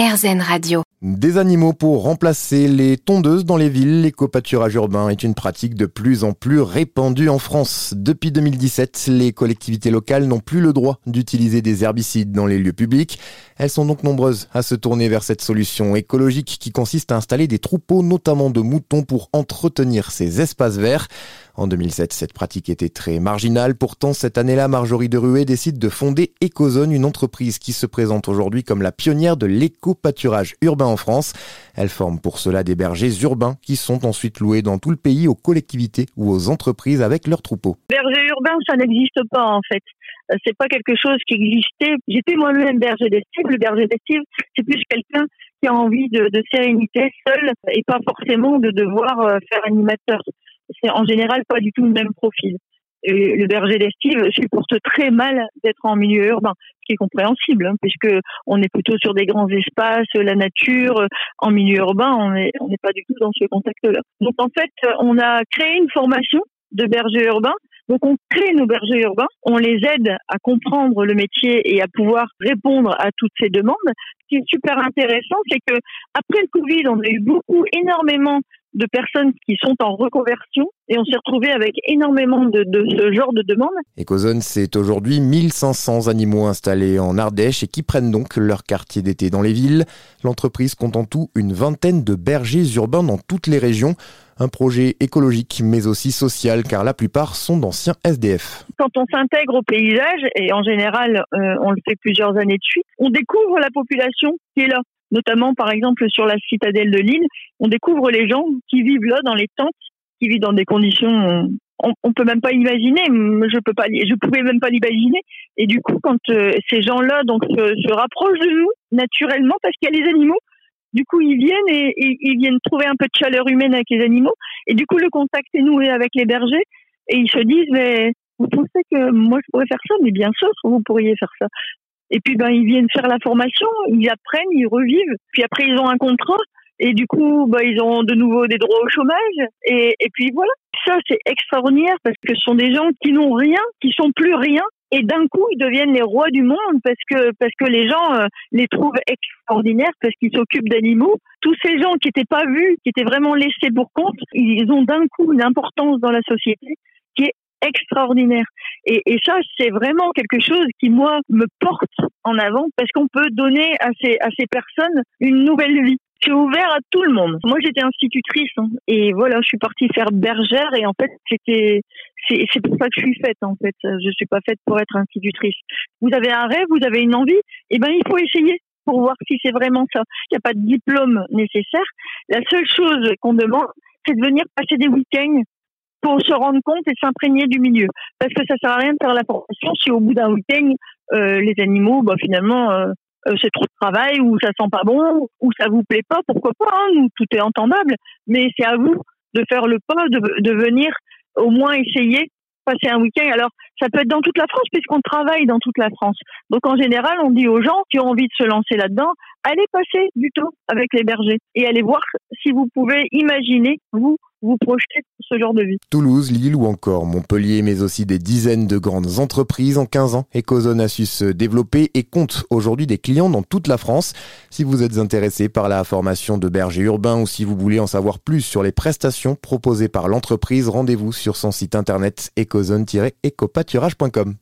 RZN Radio. Des animaux pour remplacer les tondeuses dans les villes, l'éco-pâturage urbain est une pratique de plus en plus répandue en France. Depuis 2017, les collectivités locales n'ont plus le droit d'utiliser des herbicides dans les lieux publics. Elles sont donc nombreuses à se tourner vers cette solution écologique qui consiste à installer des troupeaux, notamment de moutons, pour entretenir ces espaces verts. En 2007, cette pratique était très marginale. Pourtant, cette année-là, Marjorie Deruet décide de fonder Ecozone, une entreprise qui se présente aujourd'hui comme la pionnière de l'éco-pâturage urbain en France. Elle forme pour cela des bergers urbains qui sont ensuite loués dans tout le pays aux collectivités ou aux entreprises avec leurs troupeaux. Berger urbain, ça n'existe pas en fait. C'est pas quelque chose qui existait. J'étais moi-même berger d'estive. Le berger d'estive, c'est plus quelqu'un qui a envie de sérénité seul et pas forcément de devoir faire animateur. C'est en général pas du tout le même profil. Et le berger d'estive supporte très mal d'être en milieu urbain, ce qui est compréhensible, puisque on est plutôt sur des grands espaces, la nature. En milieu urbain, on n'est pas du tout dans ce contexte-là. Donc en fait, on a créé une formation de berger urbain. Donc on crée nos bergers urbains, on les aide à comprendre le métier et à pouvoir répondre à toutes ces demandes. Ce qui est super intéressant, c'est que après le Covid, on a eu énormément de personnes qui sont en reconversion et on s'est retrouvé avec énormément de ce genre de demandes. Ecozone, c'est aujourd'hui 1500 animaux installés en Ardèche et qui prennent donc leur quartier d'été dans les villes. L'entreprise compte en tout une vingtaine de bergers urbains dans toutes les régions. Un projet écologique mais aussi social car la plupart sont d'anciens SDF. Quand on s'intègre au paysage, et en général on le fait plusieurs années de suite, on découvre la population qui est là. Notamment, par exemple, sur la citadelle de Lille, on découvre les gens qui vivent là, dans les tentes, qui vivent dans des conditions, on peut même pas imaginer. Je pouvais même pas l'imaginer. Et du coup, quand ces gens-là donc se rapprochent de nous naturellement, parce qu'il y a les animaux, du coup ils viennent et ils viennent trouver un peu de chaleur humaine avec les animaux. Et du coup, le contact est noué avec les bergers et ils se disent mais vous pensez que moi je pourrais faire ça? Mais bien sûr, vous pourriez faire ça. Et puis, ils viennent faire la formation, ils apprennent, ils revivent. Puis après, ils ont un contrat. Et du coup, ils ont de nouveau des droits au chômage. Et puis voilà. Ça, c'est extraordinaire parce que ce sont des gens qui n'ont rien, qui sont plus rien. Et d'un coup, ils deviennent les rois du monde parce que les gens les trouvent extraordinaires parce qu'ils s'occupent d'animaux. Tous ces gens qui n'étaient pas vus, qui étaient vraiment laissés pour compte, ils ont d'un coup une importance dans la société qui est extraordinaire. Et ça, c'est vraiment quelque chose qui, moi, me porte en avant parce qu'on peut donner à ces personnes une nouvelle vie. C'est ouvert à tout le monde. Moi, j'étais institutrice et voilà, je suis partie faire bergère et en fait, c'est pour ça que je suis faite en fait. Je suis pas faite pour être institutrice. Vous avez un rêve, vous avez une envie, il faut essayer pour voir si c'est vraiment ça. Il n'y a pas de diplôme nécessaire. La seule chose qu'on demande, c'est de venir passer des week-ends pour se rendre compte et s'imprégner du milieu. Parce que ça sert à rien de faire la formation si au bout d'un week-end, les animaux, finalement, c'est trop de travail, ou ça sent pas bon, ou ça vous plaît pas, pourquoi pas, nous, tout est entendable. Mais c'est à vous de faire le pas, de venir au moins essayer, passer un week-end. Alors, ça peut être dans toute la France, puisqu'on travaille dans toute la France. Donc, en général, on dit aux gens qui ont envie de se lancer là-dedans, allez passer du temps avec les bergers et allez voir si vous pouvez imaginer, vous projetez ce genre de vie. Toulouse, Lille ou encore Montpellier, mais aussi des dizaines de grandes entreprises. En 15 ans, Ecozone a su se développer et compte aujourd'hui des clients dans toute la France. Si vous êtes intéressé par la formation de berger urbain ou si vous voulez en savoir plus sur les prestations proposées par l'entreprise, rendez-vous sur son site internet ecozone-ecopâturage.com.